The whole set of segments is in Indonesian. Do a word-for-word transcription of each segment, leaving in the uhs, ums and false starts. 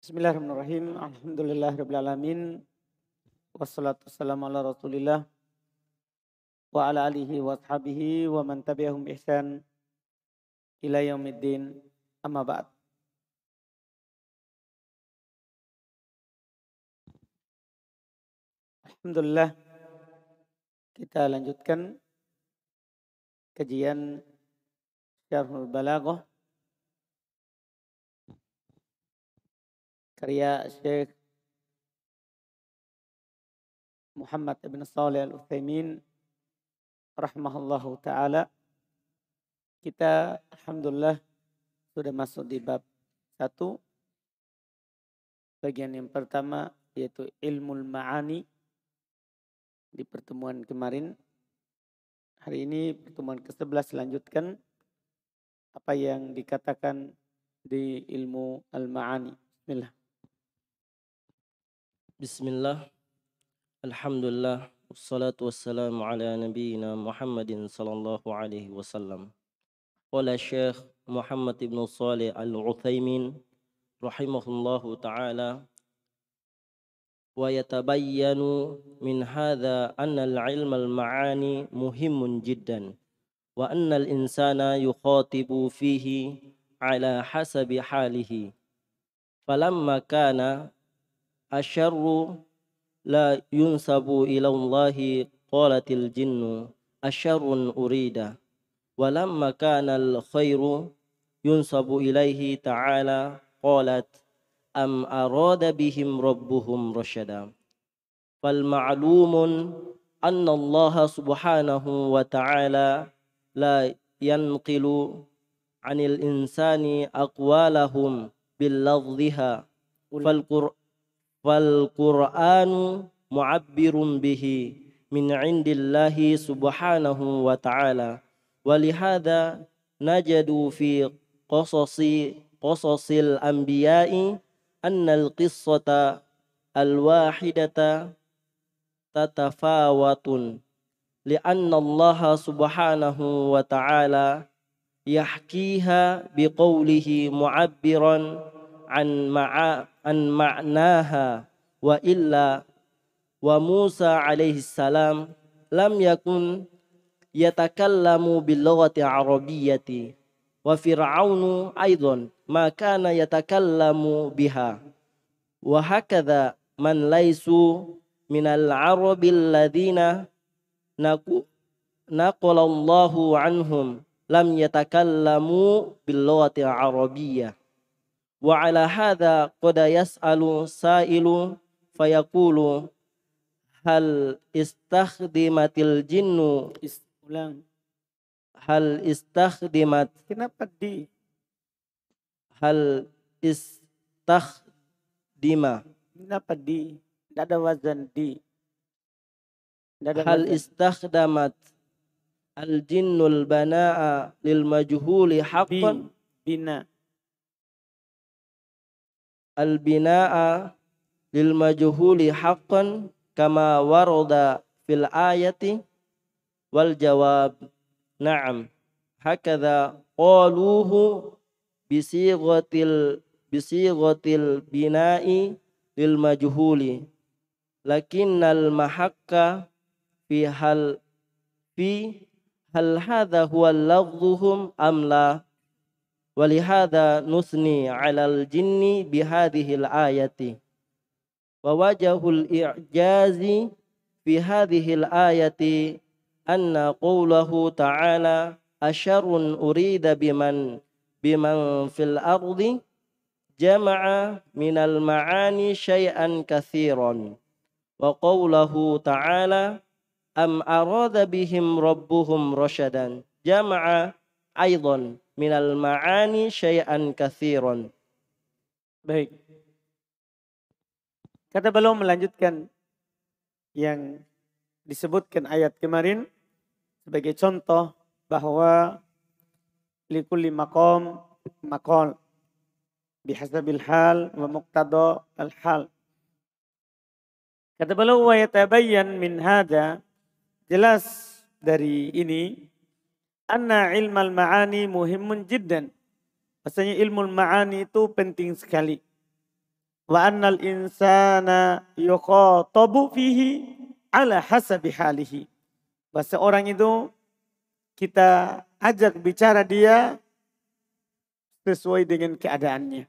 Bismillahirrahmanirrahim. Alhamdulillahirrabbilalamin. Wassalatu wassalamu ala rasulillah. Wa ala alihi wa ashabihi wa man tabi'ahum bi ihsan ila yaumiddin. Amma ba'd. Alhamdulillah. Kita lanjutkan kajian Syarhul Balaghah karya Syekh Muhammad ibn Shalih Al-Utsaimin rahimahullahu taala. Kita alhamdulillah sudah masuk di bab satu. Bagian yang pertama yaitu ilmul ma'ani. Di pertemuan kemarin, hari ini pertemuan ke sebelas lanjutkan apa yang dikatakan di ilmu al-ma'ani. Bismillah. Bismillah, alhamdulillah, wassalatu wassalamu ala nabiyyina Muhammadin sallallahu alaihi wasallam. Qala Syekh Muhammad ibn Shalih Al-Utsaimin rahimahullahu ta'ala, wa yatabayyanu min hadha anna al-ilma al-ma'ani muhimun jiddan wa anna al-insana yukhatibu fihi ala hasabi halihi. Falamma kana asyarru la yunsabu ila Allahi qalatil jinnu asyarrun urida walamma kana al khairu yunsabu ilaihi ta'ala qalat am arada bihim rabbuhum rasyada. Fal ma'lumun anna Allah subhanahu wa ta'ala la yanqilu anil insani aqwalahum bil lafdhiha fal qur'an fal Qur'anu mu'abbirun bihi min 'indillahi subhanahu wa ta'ala wa lihadza najadu fi qasasi qasasil anbiya'i annal qissata al-wahidata tatafawatun li'anna Allah subhanahu wa ta'ala yahkiha biqawlihi mu'abbiran an ma'a an ma'naha wa illa wa Musa alaihi salam lam yakun yatakallamu bil lughati arabiyyati wa fir'aunu aidan ma kana yatakallamu biha wa hakadha man laysu minal arabil ladzina naku naqalallahu anhum lam yatakallamu bil lughati arabiyyah. Wa ala hadha qad yas'alu sa'ilu fayaqulu hal istakhdimatil jinnu Ulang. hal istakhdimat Kenapa di? hal istakhdima Kenapa di? Tidak ada wazan di. Tidak ada hal wazan. istakhdamat al jinnul bana'a lil majhuli Bi. haqqan Bina. al bina'a lil majhuli haqqan kama warada fil ayati wal jawab na'am hakadha qaluhu bisighatil bisighatil bina'i lil majhuli lakinnal mahakka fi hal fi hal hadha huwa lafdhuhum am la walihada nusni 'alal jinni bihadhil ayati wa wajhul i'jazi fi hadhil ayati anna qawlahu ta'ala asyarrun urida biman biman fil ardi jama'a minal ma'ani syai'an katsiran wa qawlahu ta'ala am arada bihim rabbuhum rasyadan jama'a aidan minal ma'ani syai'an katsiran. Baik. Kata beliau melanjutkan yang disebutkan ayat kemarin sebagai contoh bahwa likulli maqam maqal bihasabil hal wa muqtada al hal. Kata beliau wa yatabayyan min hadza, jelas dari ini anna ilmal ma'ani muhimun jiddan. Bahasanya ilmu ma'ani itu penting sekali. Wa annal insana yukhatabu fihi ala hasabi halihi. Bahwa seorang itu kita ajak bicara dia sesuai dengan keadaannya.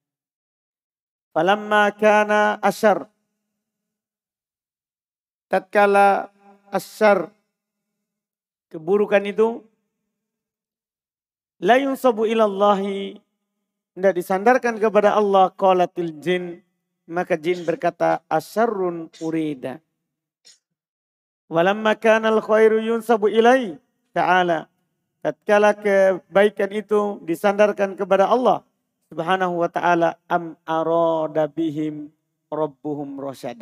Falamma kana asyar. Tatkala asyar, keburukan itu, la yunsabu ilallahi, tidak disandarkan kepada Allah, qalatil jin, maka jin berkata asyarrun urida. Walamma kana al-khairu yunsabu ilai ta'ala. Tatkala kebaikan itu disandarkan kepada Allah Subhanahu wa ta'ala, am arada bihim rabbuhum rasyada.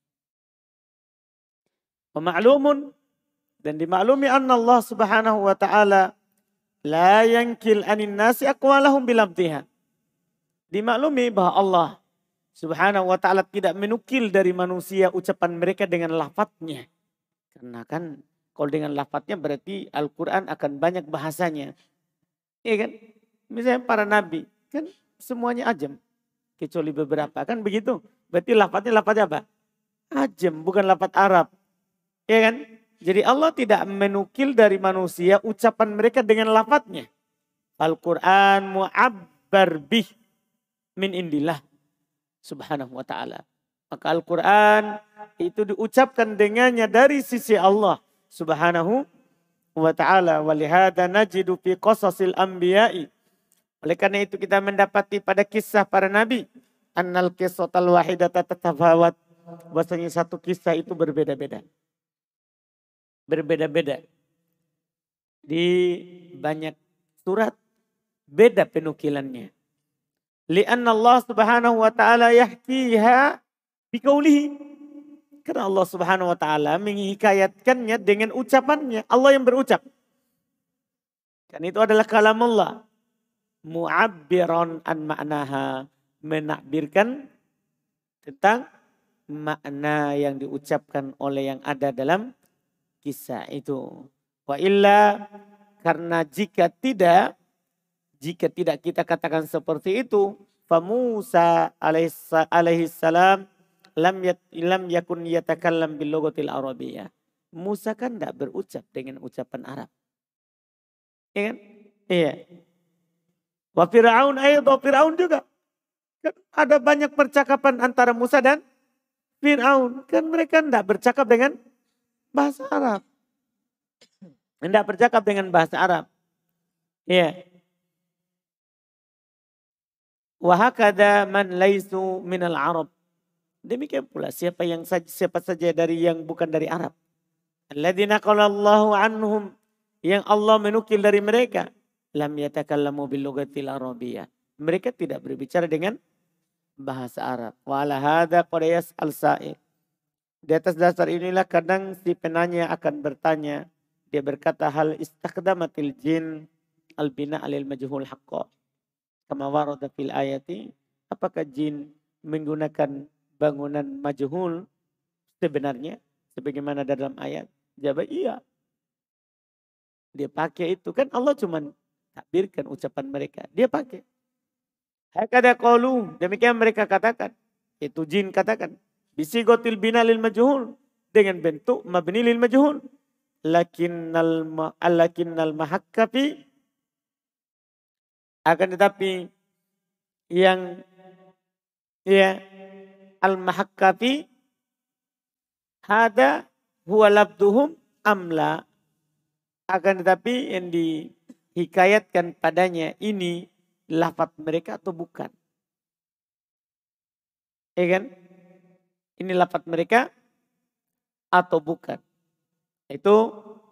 Wa ma'lumun, dan dimaklumi anna Allah Subhanahu wa ta'ala la yankil anin nasi aqwalahum bilamtiha. Dimaklumi bahwa Allah Subhanahu wa ta'ala tidak menukil dari manusia ucapan mereka dengan lafadznya. Karena kan kalau dengan lafadznya berarti Al-Quran akan banyak bahasanya. Iya kan? Misalnya para nabi kan semuanya ajam. Kecuali beberapa kan begitu. Berarti lafadznya lafadz apa? Ajam, bukan lafadz Arab. Iya kan? Jadi Allah tidak menukil dari manusia ucapan mereka dengan lafadznya. Al-Quran mu'abbar bih min indillah Subhanahu wa ta'ala. Maka Al-Quran itu diucapkan dengannya dari sisi Allah Subhanahu wa ta'ala. Walihada najidu fi qasasil anbiya'i. Oleh karena itu kita mendapati pada kisah para nabi. Annal qissatal wahidata tatafawat. Bahwasanya satu kisah itu berbeda-beda. Berbeda-beda. Di banyak surat beda penukilannya. Lianna Allah Subhanahu wa ta'ala yahkiha biqaulihi. Karena Allah Subhanahu wa ta'ala menghikayatkannya dengan ucapannya. Allah yang berucap. Kan itu adalah kalam Allah. Mu'abbiran an ma'naha. Menakbirkan tentang makna yang diucapkan oleh yang ada dalam kisah itu. Wa illa, karena jika tidak, jika tidak kita katakan seperti itu, fa Musa alaihi salam lam yat, lam yakun yatakallam bil lughatil arabiyyah. Musa kan tidak berucap dengan ucapan Arab. Iya kan? Iya. Wa Fir'aun ayat Fir'aun juga. Kan ada banyak percakapan antara Musa dan Fir'aun. Kan mereka tidak bercakap dengan bahasa Arab. Tidak bercakap dengan bahasa Arab. Iya. Wahakada man laisu minal Arab. Demikian pula siapa yang siapa saja dari yang bukan dari Arab. Alladzina qala Allahu anhum, yang Allah menukil dari mereka, lam yatakallamu bil lughatil arabiyyah. Mereka tidak berbicara dengan bahasa Arab. Wa ala hadza qad yas'al sa'il. Di atas dasar inilah kadang si penanya akan bertanya. Dia berkata, hal istakdamatil jin al-bina alil majhul haqqa. Kama warada fil ayati, apakah jin menggunakan bangunan majhul sebenarnya sebagaimana dalam ayat? Jawab iya. Dia pakai itu, kan Allah cuma takbirkan ucapan mereka. Dia pakai. Hakada qalu, demikian mereka katakan. Itu jin katakan. Bisigotil bina lil majhul, dengan bentuk mabni lil majhul. Lakinnal lakinnal mahakkafi, akan tetapi yang ya al-mahakkafi hada huwa labduhum amla, akan tetapi yang dihikayatkan padanya ini lafaz mereka atau bukan. Ya kan? Ini lafaz mereka atau bukan. Itu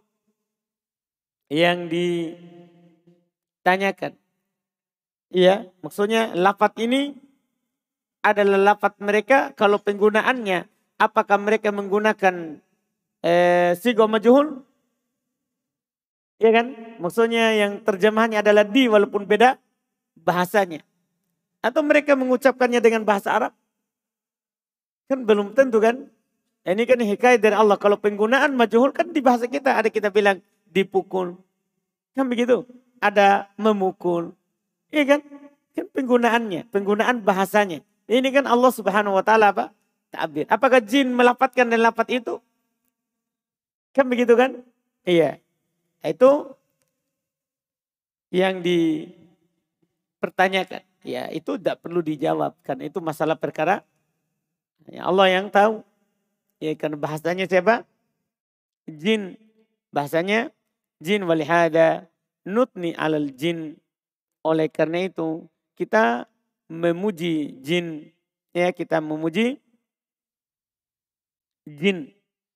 yang ditanyakan. Iya, maksudnya lafaz ini adalah lafaz mereka, kalau penggunaannya apakah mereka menggunakan eh, sigo majhul? Iya kan? Maksudnya yang terjemahannya adalah di walaupun beda bahasanya. Atau mereka mengucapkannya dengan bahasa Arab? Kan belum tentu kan? Ini kan hikayat dari Allah. Kalau penggunaan majhul kan di bahasa kita ada kita bilang dipukul. Kan begitu? Ada memukul. Iya kan? Kan penggunaannya, penggunaan bahasanya. Ini kan Allah Subhanahu wa taala apa? Ta'bir. Apakah jin melafadzkan dan lafaz itu? Kan begitu kan? Iya. Itu yang dipertanyakan. Ya, itu tidak perlu dijawab karena itu masalah perkara ya Allah yang tahu. Ya, karena bahasanya siapa? Jin. Bahasanya jin, walihada nutni alal jin. Oleh karena itu kita memuji jin. Ya, kita memuji jin.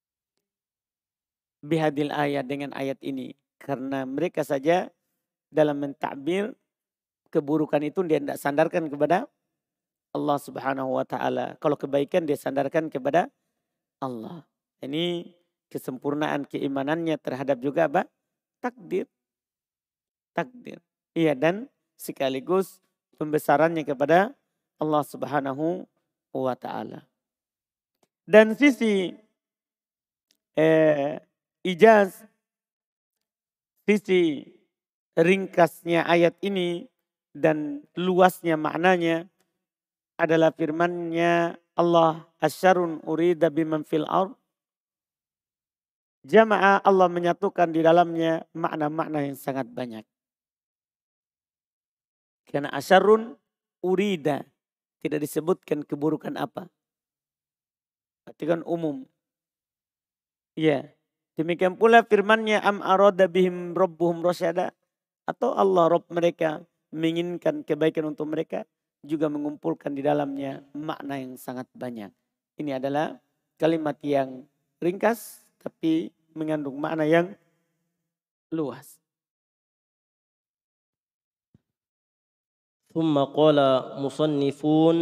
Bihadil ayat, dengan ayat ini. Karena mereka saja dalam mentakbir keburukan itu dia tidak sandarkan kepada Allah Subhanahu wa taala. Kalau kebaikan dia sandarkan kepada Allah. Ini kesempurnaan keimanannya terhadap juga apa? Takdir. Takdir. Iya, dan sekaligus pembesarannya kepada Allah Subhanahu wa taala. Dan sisi eh, ijaz, sisi ringkasnya ayat ini dan luasnya maknanya adalah firman-Nya Allah, asyarun urida biman fil ard. Jamaah Allah menyatukan di dalamnya makna-makna yang sangat banyak. Karena asyarun urida tidak disebutkan keburukan apa. Berarti kan umum. Ya. Demikian pula firman-Nya am arada bihim rabbuhum rasyada, atau Allah Rabb mereka menginginkan kebaikan untuk mereka, juga mengumpulkan di dalamnya makna yang sangat banyak. Ini adalah kalimat yang ringkas tapi mengandung makna yang luas. ثم قال مصنفون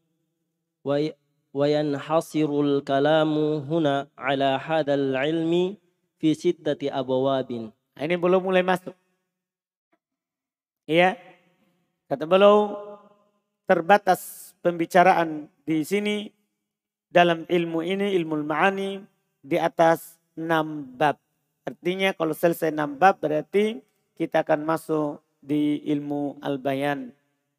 وينحصر الكلام هنا على هذا العلم في ستة أبواب. Ini belum mulai masuk. Iya. Kata beliau, terbatas pembicaraan di sini dalam ilmu ini, ilmu ma'ani, di atas enam bab. Artinya kalau selesai enam bab berarti kita akan masuk di ilmu al-bayan.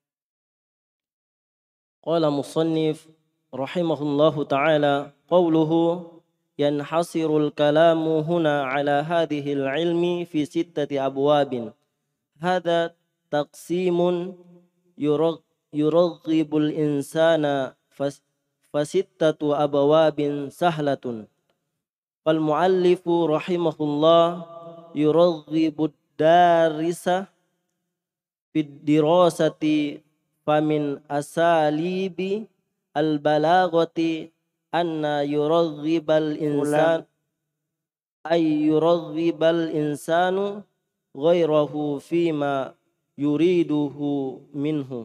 Qala musannif rahimahullahu ta'ala qawluhu yanhasirul kalamu huna ala hadhil ilmi fi sittati abwabin. Hadha taqsimun yuraghibul insana fasittatu abwabin sahlatun. Fal muallifu rahimahullah yuraghibud darisa fid dirasati famin asalibi al balaghati anna yuraghibal insan ay yuraghibal insanu ghairahu fima yuriduhu minhu.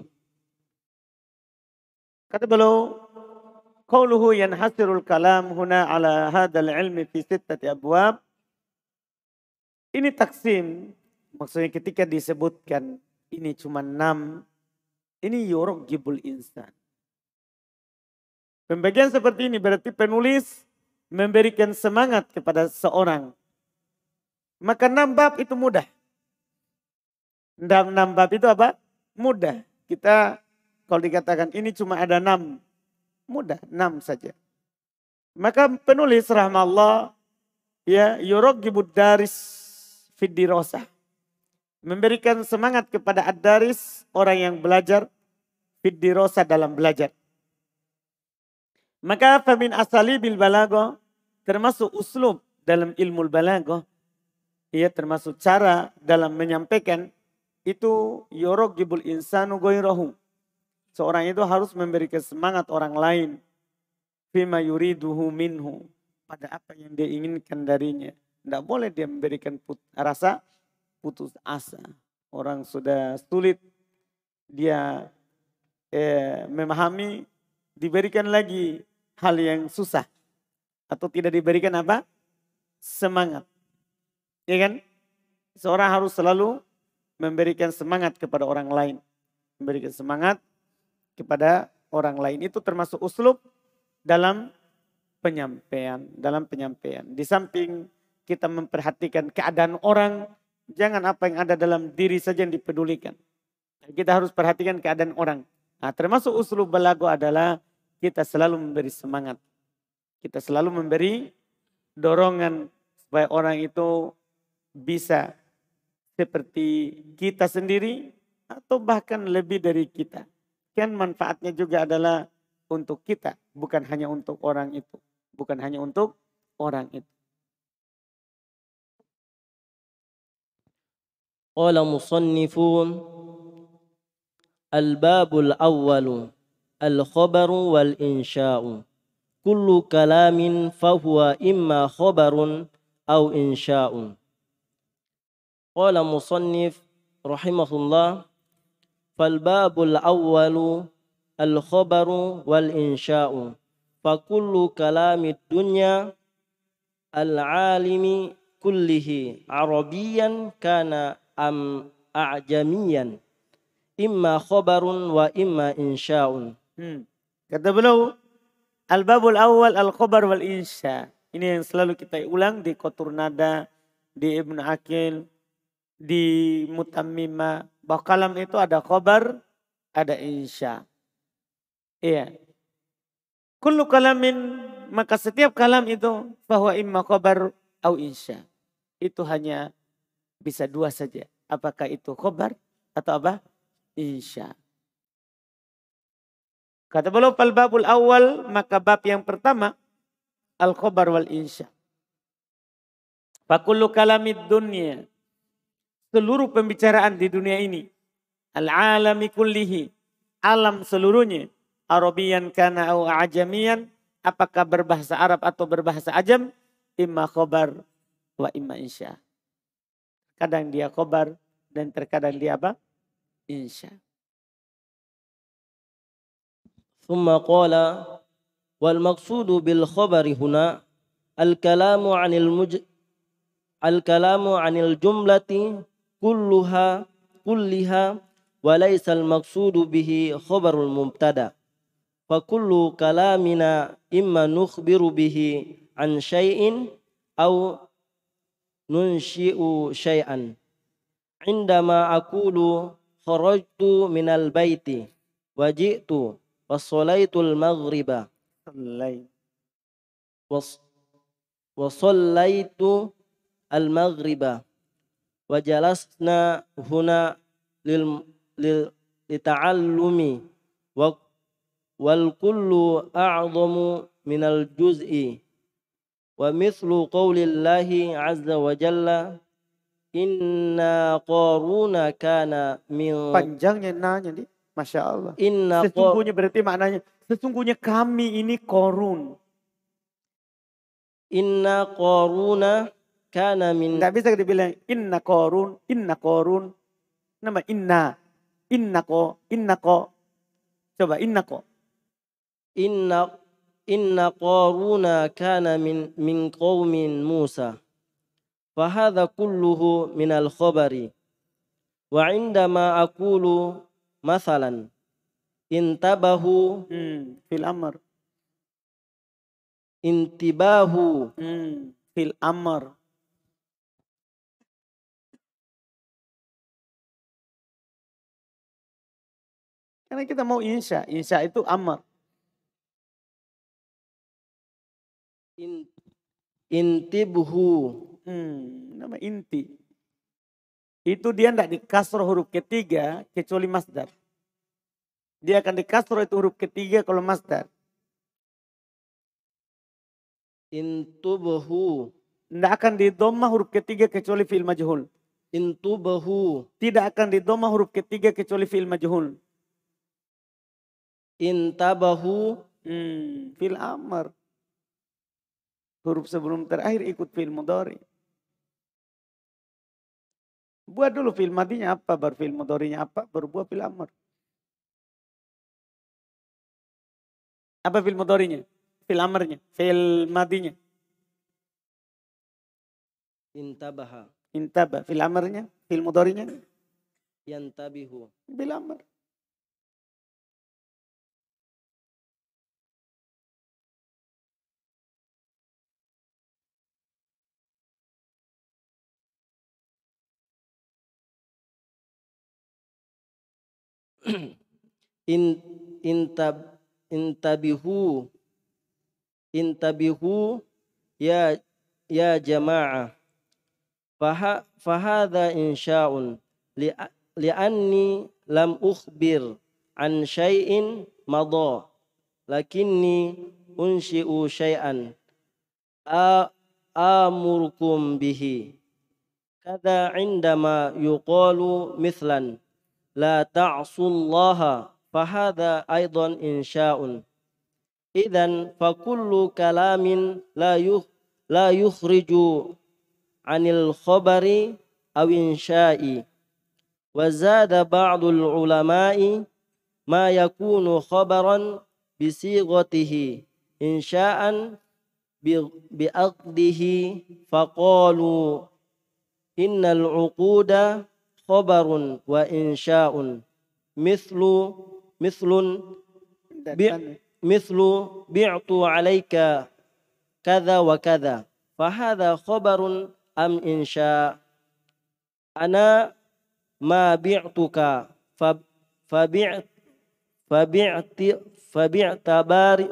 Kata beliau, qauluhu yanhasirul kalam huna ala hadzal ilmi fi sittati abwab. Ini taksim, maksudnya ketika disebutkan ini cuma enam, ini yuraghibul insan. Pembagian seperti ini berarti penulis memberikan semangat kepada seorang. Maka enam bab itu mudah. Enam bab itu apa? Mudah. Kita kalau dikatakan ini cuma ada enam, mudah, enam saja. Maka penulis rahmallah ya yuraghibud daris fid dirasah, memberikan semangat kepada ad-daris, orang yang belajar, fid dirasah, dalam belajar. Maka famin asalibil balaghah, termasuk uslub dalam ilmu balaghah, ia termasuk cara dalam menyampaikan itu yuraghibul insanu ghairahu. Seorang itu harus memberikan semangat orang lain fima yuriduhu minhu, pada apa yang dia inginkan darinya. Tidak boleh dia memberikan put, rasa putus asa. Orang sudah sulit dia eh, memahami, diberikan lagi hal yang susah. Atau tidak diberikan apa? Semangat. Ya kan? Seorang harus selalu memberikan semangat kepada orang lain. Memberikan semangat kepada orang lain. Itu termasuk uslub dalam penyampaian. Dalam penyampaian. Di samping kita memperhatikan keadaan orang, jangan apa yang ada dalam diri saja yang dipedulikan. Kita harus perhatikan keadaan orang. Nah, termasuk uslub balago adalah kita selalu memberi semangat. Kita selalu memberi dorongan supaya orang itu bisa seperti kita sendiri atau bahkan lebih dari kita. Kan manfaatnya juga adalah untuk kita, bukan hanya untuk orang itu. Bukan hanya untuk orang itu. Qala musannifun al-babul awwalu al-khabaru wal insya'u. Kullu kalamin fahuwa imma khabarun aw insya'un. Qala musannif rahimahullah fal babul awwalu al khabaru wal insya'u fa kullu kalamid dunya al alimi kullihi arabiyan kana am a'jamiyan imma khabarun wa imma insya'un. Hmm. Kata beliau, al-babul awal al-khabar wal insya. Ini yang selalu kita ulang di Qatur Nada, di Ibn Aqil, di Mutammimah. Bahwa kalam itu ada khabar, ada insya. Iya. Kullu kalamin, maka setiap kalam itu bahwa imma khabar au insya. Itu hanya bisa dua saja. Apakah itu khabar atau apa? Insya. Kata beliau fal babul awal, maka bab yang pertama al khabar wal insya. Fa kullu kalamid dunya, seluruh pembicaraan di dunia ini, al alami kullihi, alam seluruhnya, Arabian kana au ajamian, apakah berbahasa Arab atau berbahasa Ajam, imma khabar wa imma insya. Kadang dia khabar dan terkadang dia apa? Insya. Thumma qala wal maqsudu bil khabari huna al kalamu 'anil muj al kalamu 'anil jumlati kulluha kulliha wa laysa al maqsudu bihi khabarul mubtada. Fa kullu kalamina imma nukhbiru bihi an syai'in aw nunshi'u syai'an. Indama aqulu kharajtu minal baiti wa ji'tu wa sholaitul maghriba wa sholaitu al maghriba wa jalasna huna lil lil lita'allumi wa wal kullu a'zamu minal juz'i wa mithlu qaulillahi azza wa jalla inna qaruna kana min. Panjangnya nanya nih, Masya Allah. Inna sesungguhnya berarti maknanya, sesungguhnya kami ini Qarun. Inna qaruna kana min. Nggak bisa dibilang inna Qarun, inna Qarun. Nama inna, inna ko, inna ko. Coba inna ko. Inna inna qaruna kana min min qaumin Musa. Fahadha kulluhu minal khabari. Wa indama aqulu mathalan intabahu hmm, fil amr. Intibahu hmm, fil amr. Karena kita mau insya, insya itu amr. In, intibhu Hmm, nama inti. Itu dia tidak di kasroh huruf ketiga kecuali masdar. Dia akan di kasroh itu huruf ketiga kalau masdar. Intubhu. Tidak akan di dhamma huruf ketiga kecuali fi'il majhul. Intubhu. Tidak akan di dhamma huruf ketiga kecuali fi'il majhul. Intabahu. Hmm, fi'il amr. Huruf sebelum terakhir ikut fi'il mudhari. Buat dulu fi'il madinya apa, baru fi'il mudharinya apa, baru buat fi'il amr. Apa fi'il mudharinya? Fi'il amrnya, fi'il madinya. Intabaha. Intaba, fi'il amrnya, fi'il mudharinya. Yantabihu. Fi'il amr. In intab intabihu intabihu ya ya jama'ah faha fahadha insya'un li li'anni lam ukhbir an syai'in madha lakinni unshi'u syai'an a amurukum bihi kada indama yuqalu mithlan la ta'sullaha fahadha aidan insya'un idzan fakullu kalamin la yuh la yukhriju anil khabari aw insya'i wa zada ba'dul ulama'i ma yakunu khabaran bisighatihi insya'an bi'aqdihi faqalu innal uquda khabarun wa insya'un mithlu mithlun bi mithlu bi'tu alayka kadza wa kadza fahadha khabarun am insya' ana ma bi'tuka fa fabi' fabi'ti fabi'tabari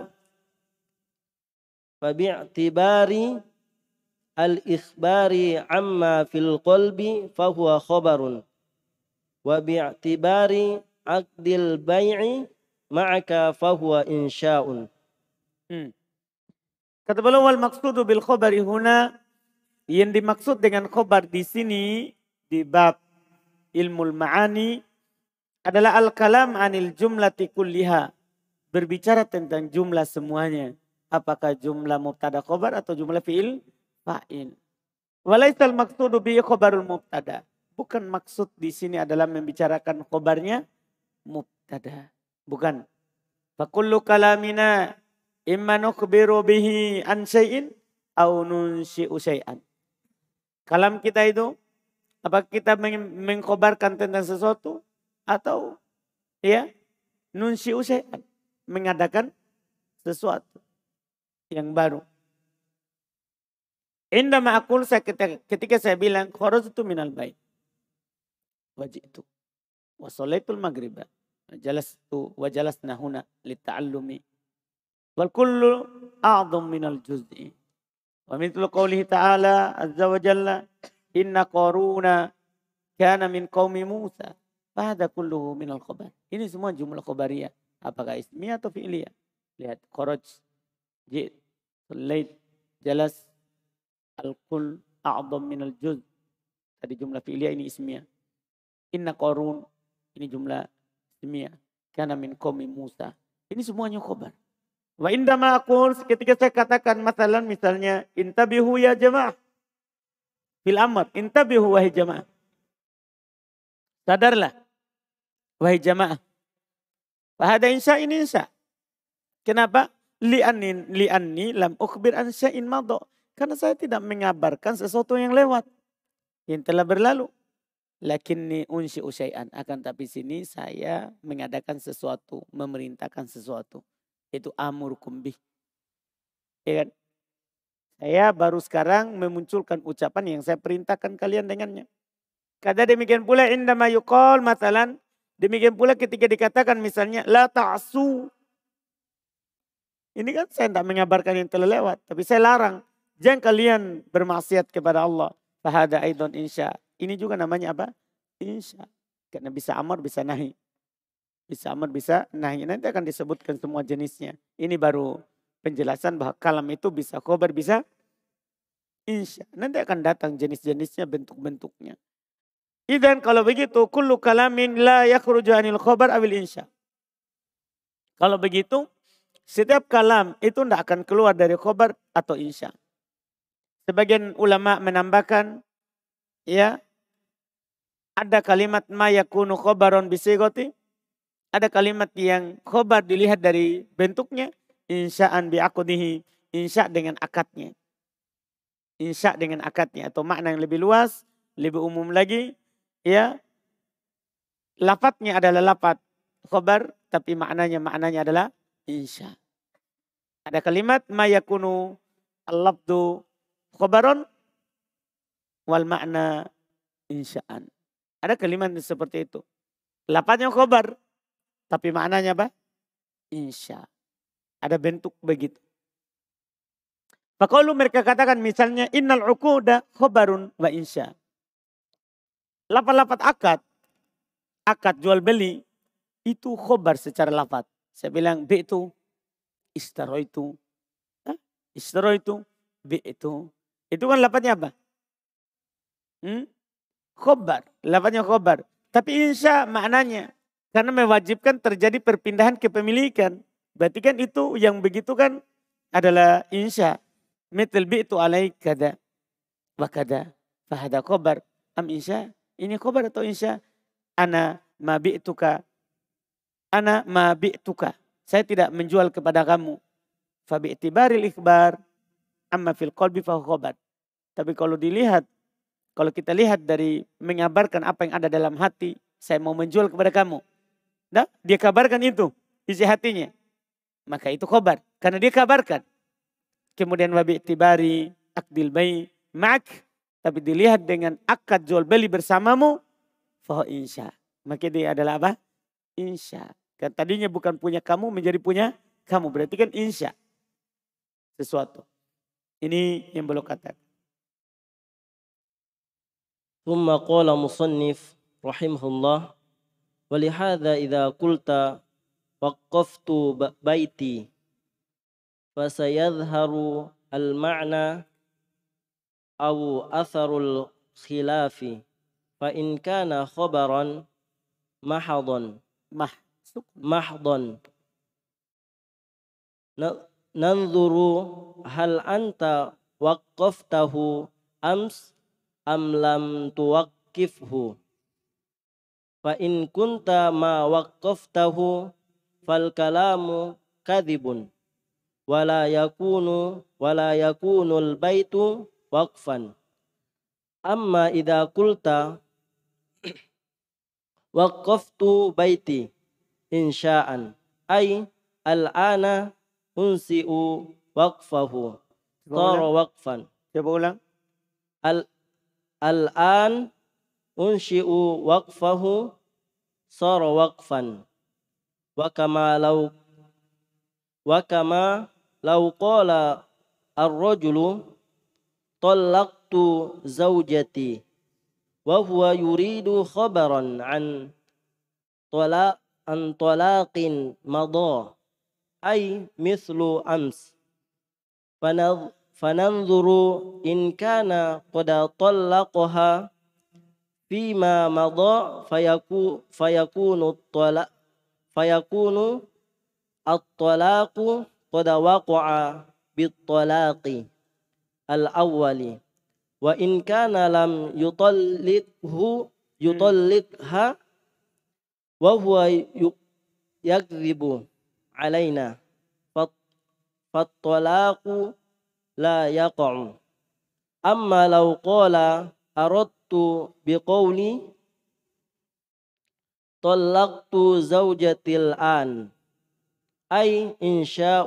fabi'tibari al-ikhbari amma fil qalbi fahuwa khabarun wa bi'tibari aqdil bai'i ma'aka fahuwa insya'un. Hmm. Kata beliau wal maqsudu bil khabari huna, yang dimaksud dengan khabar di sini di bab ilmul ma'ani adalah al-kalam anil jumlati kulliha, berbicara tentang jumlah semuanya, apakah jumlah mubtada khabar atau jumlah fi'il fa'il. Walaisal maqsudu bi khabarul mubtada, bukan maksud di sini adalah membicarakan khabarnya mubtada, bukan. Fa kullu kalamina imma nukhbiru bihi an syai'in au nunsyi'u syai'an. Kalam kita itu apa kita mengkhabarkan tentang sesuatu atau ya nunsyi'u syai'an, mengadakan sesuatu yang baru. Indama aqul ketika, ketika saya bilang kharajtu minal bait waji'tu wa sholaitul maghriba wa jalastu wa jalasna huna lita'allumi wal kullu a'dham minal juz'i wa mithlu qoulihi ta'ala azza wa jalla inna qaruna kana min qaumi Musa fa hadha kulluhu minal khabar. Ini semua jumlah khabariyah, apakah ismiyah atau fi'liyah. Lihat kharaj, ji', sholait, jalas, al-kull a'dham minal juz. Tadi jumlah fi'liyah, ini ismiyah. Inna qarun, ini jumlah ismiyah. Kana min qaumi Musa. Ini semuanya khabar. Wa indama aqul, ketika saya katakan masalan misalnya intabihu ya jamaah. Fil amr, intabihu wahai jamaah. Sadarlah wahai jamaah. Fahada insya ini insya. Kenapa? Li'anni li'anni lam ukhbir an syai'in madha. Karena saya tidak mengabarkan sesuatu yang lewat, yang telah berlalu. Lakinni unsyi'u syai'an. Akan tapi sini saya mengadakan sesuatu, memerintahkan sesuatu. Itu amurkum bih. Ya kan? Saya baru sekarang memunculkan ucapan yang saya perintahkan kalian dengannya. Kata demikian pula indama yuqal masalan. Demikian pula ketika dikatakan misalnya la ta'su. Ini kan saya tidak mengabarkan yang telah lewat. Tapi saya larang. Jangan kalian bermaksiat kepada Allah. Fahada aidon insya. Ini juga namanya apa? Insya. Karena bisa amar, bisa nahi. Bisa amar, bisa nahi. Nanti akan disebutkan semua jenisnya. Ini baru penjelasan bahwa kalam itu bisa khobar, bisa insya. Nanti akan datang jenis-jenisnya, bentuk-bentuknya. Idan kalau begitu, kullu kalamin la yakhruju anil khobar awil insya. Kalau begitu, setiap kalam itu tidak akan keluar dari khobar atau insya. Sebagian ulama menambahkan, ya, ada kalimat ma yakunu khobaron bisigoti. Ada kalimat yang khobar dilihat dari bentuknya. Insya'an bi'akudihi. Insya' dengan akadnya. Insya' dengan akadnya. Atau makna yang lebih luas, lebih umum lagi. Ya, lafadznya adalah lafadz khobar. Tapi maknanya, maknanya adalah insya'. Ada kalimat ma yakunu al-labdu khobaron wal makna insya'an. Ada kalimat seperti itu. Lafadznya khobar. Tapi maknanya apa? insya. Ada bentuk begitu. Faqalu mereka katakan misalnya innal uquda khobarun wa insya. Lafaz-lafaz akad, akad jual beli itu khobar secara lafaz. Saya bilang B itu istaro itu, istaro itu, B itu. Itu kan lafaznya apa? Hmm? Khobar, lafaznya khobar. Tapi insya maknanya karena mewajibkan terjadi perpindahan kepemilikan. Berarti kan itu yang begitu kan adalah insya. Metel bi itu alaik kada wa kada. Fahada khobar am insya. Ini khobar atau insya? Ana ma bi'tuka. Ana ma bi'tuka. Saya tidak menjual kepada kamu. Fa bi'tibaril ikhbar amma fil qalbi fa khobar. Tapi kalau dilihat, kalau kita lihat dari mengabarkan apa yang ada dalam hati, saya mau menjual kepada kamu. Nah, dia kabarkan itu isi hatinya. Maka itu khobar. Karena dia kabarkan. Kemudian wabi tibari akdil bayi mak. Tapi dilihat dengan akad jual beli bersamamu. Fahu insya. Maka dia adalah apa? Insya. Kan tadinya bukan punya kamu menjadi punya kamu. Berarti kan insya. Sesuatu. Ini yang belum katakan. ثم قال مصنف رحمه الله ولهذا إذا قلت وقفت بيتي فسيظهر المعنى أو أثر الخلاف فإن كان خبرا محضا محضا ننظر هل أنت وقفته أمس أم لم توقفه فإن كنت ما وقفته فالكلام كذب ولا يكون ولا يكون البيت وقفا أما إذا قلت وقفت بيتي إنشاء أي الآن أنسئ وقفه صار وقفا ال الآن أنشئ وقفه صار وقفا وكما لو وكما لو قال الرجل طلقت زوجتي وهو يريد خبرا عن طلاق عن طلاق مضى أي مثل أمس فننظر إن كان قد طلقها فيما مضى فيكون فيكون الطلاق فيكون الطلاق قد وقع بالطلاق الأول وإن كان لم يطلقه يطلقها وهو يكذب علينا فالطلاق لا يقع أما لو قال أردت بقولي طلقت زوجتي الآن أي إنشاء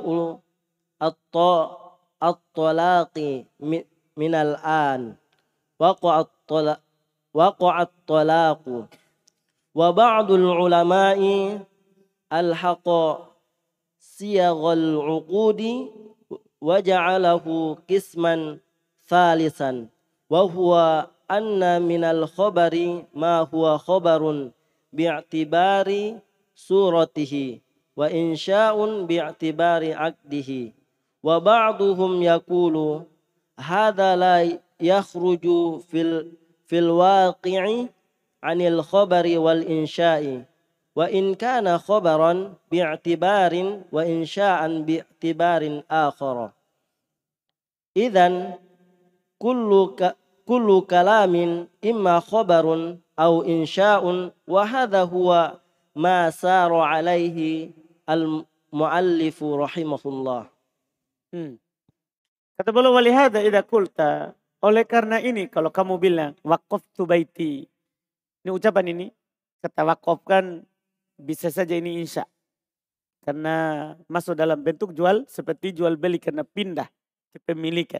الطلاق من الآن وقع الطلاق وقع الطلاق وبعض العلماء الحق صيغ العقود وجعله قسما ثالثا وهو أن من الخبر ما هو خبر باعتبار صورته وإنشاء باعتبار عقده وبعضهم يقول هذا لا يخرج في في الواقع عن الخبر والإنشاء وإن كان خبرا باعتبار وإنشاء باعتبار آخر إذن كل كل كلام إما خبر أو إنشاء وهذا هو ما سار عليه المؤلف رحمه الله. Hmm. Kata beliau walihada idza qulta, oleh karena ini kalau kamu bilang waqaftu baiti. Ini ucapan ini kata waqaf kan bisa saja ini insya. Karena masuk dalam bentuk jual seperti jual beli karena pindah kepemilikan.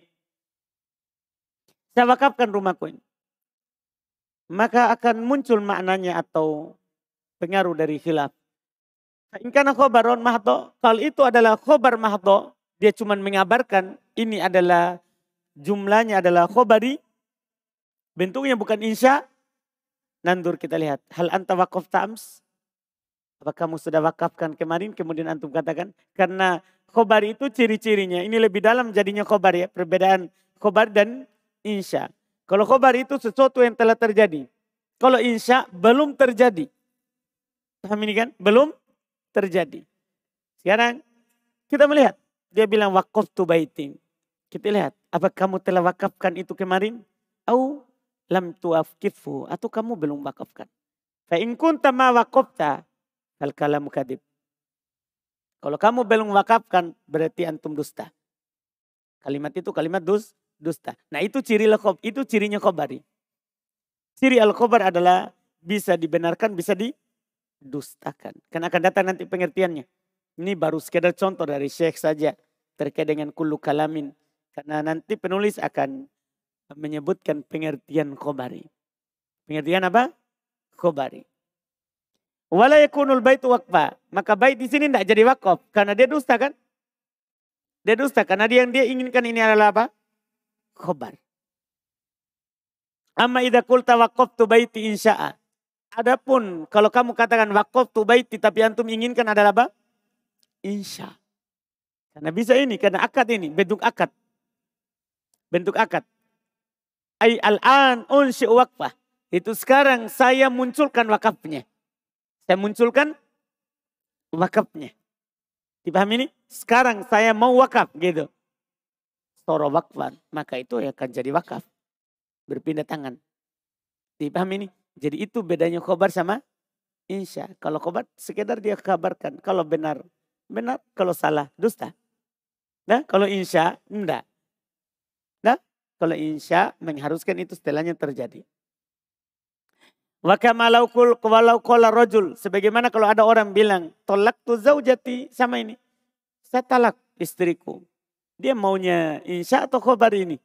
Saya wakafkan rumahku ini. Maka akan muncul maknanya atau pengaruh dari khilaf. Karena khobaron mahdo, kalau itu adalah khobar mahdo, dia cuma mengabarkan, ini adalah jumlahnya adalah khobari, bentuknya bukan insya. Nandur kita lihat, hal anta waqaf ta'ams? Apa kamu sudah wakafkan kemarin, kemudian antum katakan, karena khobar itu ciri-cirinya, ini lebih dalam jadinya khobar ya, perbedaan khobar dan insya. Kalau khobar itu sesuatu yang telah terjadi. Kalau insya belum terjadi. Paham ini kan? Belum terjadi. Sekarang kita melihat. Dia bilang waqaftu baitin. Kita lihat. Apa kamu telah wakafkan itu kemarin? Au lam tuwafkifu. Atau kamu belum wakafkan. Fa in kunta ma waqafta. Fal kalamu kadib. Kalau kamu belum wakafkan. Berarti antum dusta. Kalimat itu kalimat dus, dusta. Nah itu ciri lekhob. Itu cirinya khobari. Ciri al-khobar adalah bisa dibenarkan, bisa didustakan. Karena akan datang nanti pengertiannya. Ini baru sekedar contoh dari Syekh saja terkait dengan kullu kalamin. Karena nanti penulis akan menyebutkan pengertian khobari. Pengertian apa? Khobari. Wala yakunul baitu waqfa. Maka bait di sini tidak jadi wakaf. Karena dia dusta kan? Dia dusta. Karena dia yang dia inginkan ini adalah apa? Khobar. Amma idza qulta waqaftu baiti insya'a. Adapun kalau kamu katakan waqaftu baiti tapi antum inginkan adalah apa? Insya. Karena bisa ini, karena akad ini, bentuk akad. Bentuk akad. Ai al-an unsyi'u waqfah. Itu sekarang saya munculkan wakafnya. Saya munculkan wakafnya. Dipahami ini? Sekarang saya mau wakaf gitu. Soro wakfan, maka itu akan jadi wakaf. Berpindah tangan. Dipahami ini? Jadi itu bedanya khobar sama insya. Kalau khobar sekedar dia kabarkan. Kalau benar, benar. Kalau salah, dusta. Nah, kalau insya, enggak. Nah, kalau insya mengharuskan itu setelahnya terjadi. Wa kama law qala rajul. Sebagaimana kalau ada orang bilang, tolaktu zaujati, sama ini. Saya talak istriku. Dia maunya insya atau khobar ini?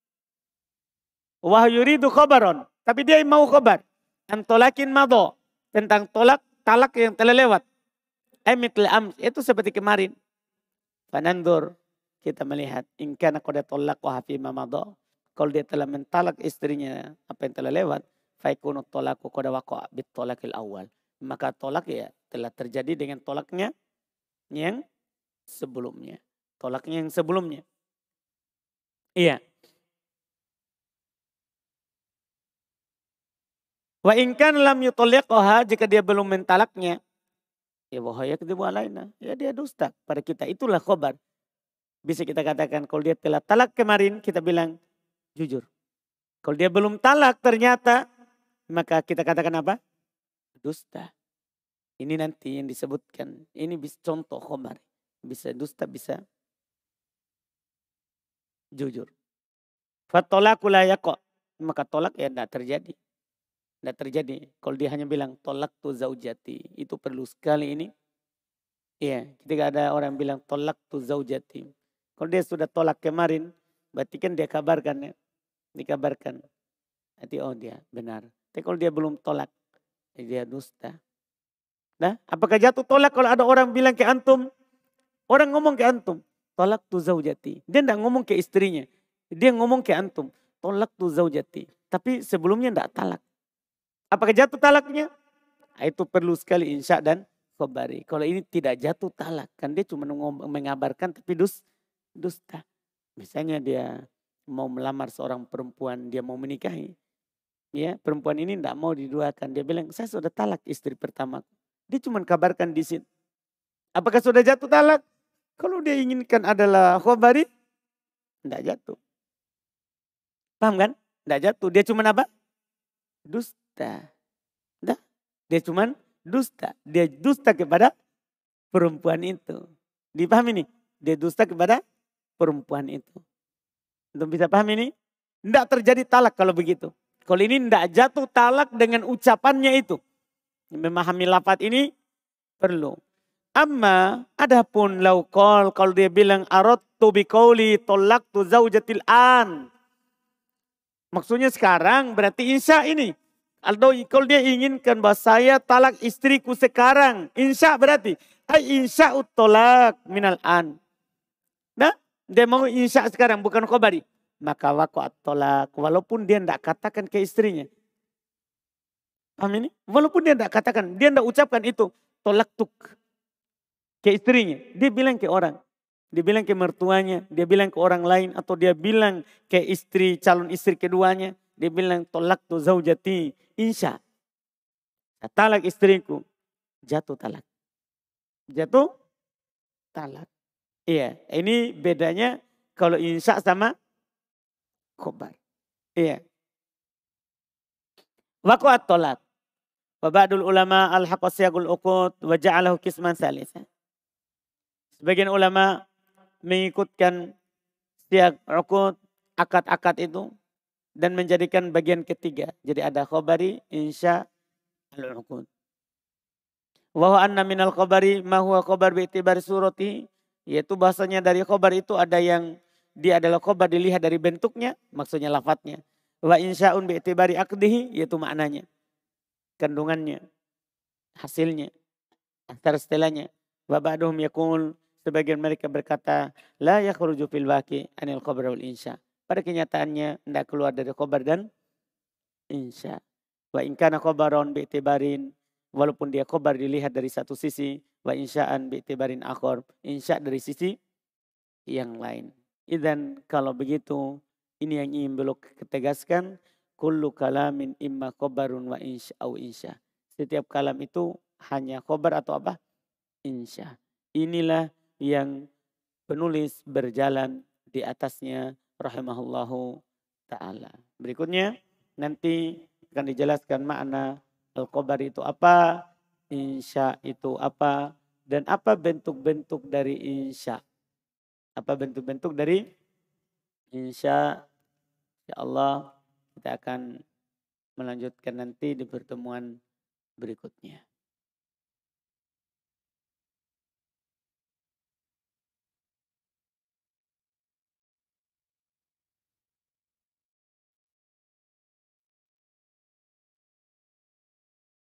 Wa yuridu khabaron. Tapi dia mau khabar. Antolakin mado. Tentang tolak, talak yang telah lewat. Emitl ams. Itu seperti kemarin. Fanandur. Kita melihat. Inkana qada tolak wa hafi mamado. Kalau dia telah mentalak istrinya. Apa yang telah lewat. Faikunu tolaku qada waqa bit tolakil awal. Maka tolak ya telah terjadi dengan tolaknya. Yang sebelumnya. Tolaknya yang sebelumnya. Iya. Wa inkan lam yutalliqaha, jika dia belum mentalaknya, ya wahaya kedibu alaina, ya dia dusta pada kita. Itulah khobar. Bisa kita katakan kalau dia telah talak kemarin, kita bilang jujur. Kalau dia belum talak ternyata, maka kita katakan apa? Dusta. Ini nanti yang disebutkan. Ini bisa contoh khobar. Bisa dusta, bisa jujur. Fatolaku la yaqa. Maka tolak ya tidak terjadi. Tidak terjadi. Kalau dia hanya bilang tolak tu zaujati. Itu perlu sekali ini. Iya. Ketika ada orang bilang tolak tu zaujati. Kalau dia sudah tolak kemarin. Berarti kan dia kabarkan ya. Dikabarkan. Nanti oh dia benar. Tapi kalau dia belum tolak. Dia dusta. Nah apakah jatuh tolak kalau ada orang bilang ke antum. Orang ngomong ke antum. Tolak tu zaujati. Dia tidak ngomong ke istrinya. Dia ngomong ke antum. Tolak tu zaujati. Tapi sebelumnya tidak talak. Apakah jatuh talaknya? Nah, itu perlu sekali insya dan khobari. Kalau ini tidak jatuh talak. Kan dia cuma mengabarkan tapi dus, dusta. Misalnya dia mau melamar seorang perempuan. Dia mau menikahi. Ya, perempuan ini tidak mau diduakan. Dia bilang saya sudah talak istri pertama. Dia cuma kabarkan di sini. Apakah sudah jatuh talak? Kalau dia inginkan adalah khobari. Tidak jatuh. Paham kan? Tidak jatuh. Dia cuma apa? Dusta. Nah, dia cuman dusta. Dia dusta kepada perempuan itu. Dipahami nih? Dia dusta kepada perempuan itu. Untuk bisa paham ini? Tidak terjadi talak kalau begitu. Kalau ini tidak jatuh talak dengan ucapannya itu. Memahami lafaz ini perlu. Amma adapun laukol kalau dia bilang aradtu biqauli talaqtu zaujatil an. Maksudnya sekarang berarti insya ini. Atau kalau dia inginkan bahwa saya talak istriku sekarang. Insya berarti. Ay insya utolak minal an. Nah, dia mau insya sekarang bukan khobari. Maka waqa'at tolak. Walaupun dia tidak katakan ke istrinya. Paham ini? Walaupun dia tidak katakan. Dia tidak ucapkan itu. Tolak tuk. Ke istrinya. Dia bilang ke orang. Dia bilang ke mertuanya. Dia bilang ke orang lain. Atau dia bilang ke istri, calon istri keduanya. Dia bilang tolak tu zaujati. Insya. Talak istriku. Jatuh talak. Jatuh talak. Iya. Ini bedanya kalau insya sama khobar. Iya. Waqa'at tolak. Wa ba'dul ulama al-haqasiyagul uqud wa ja'alahu kisman salisa. Sebagian ulama mengikutkan siag uqud, akad-akad itu dan menjadikan bagian ketiga. Jadi ada khobari, insya, al-uqud. Wa huwa anna minal khobari ma huwa khobar bi'tibari surati, yaitu bahasanya dari khobar itu ada yang dia adalah khobar dilihat dari bentuknya, maksudnya lafadznya. Wa insya'un bi'tibari akdihi, yaitu maknanya, kandungannya, hasilnya, asar setelahnya. Wa ba'duhum yaqul, sebagian mereka berkata, la yakhruju fil waqi anil khobar wal insya. Pada kenyataannya tidak keluar dari khobar dan insya. Wa in kana khobaron bi'tibarin, walaupun dia khobar dilihat dari satu sisi, wa insya'an bi'tibarin akhor, insya dari sisi yang lain. Idzan kalau begitu, ini yang ingin belok ketegaskan, kullu kalamin imma khobarun wa insya au insya. Setiap kalam itu hanya khobar atau apa? Insya. Inilah yang penulis berjalan di atasnya rahimahullahu ta'ala. Berikutnya nanti akan dijelaskan makna al-khobar itu apa, insya itu apa, dan apa bentuk-bentuk dari insya. Apa bentuk-bentuk dari insya. Ya Allah kita akan melanjutkan nanti di pertemuan berikutnya.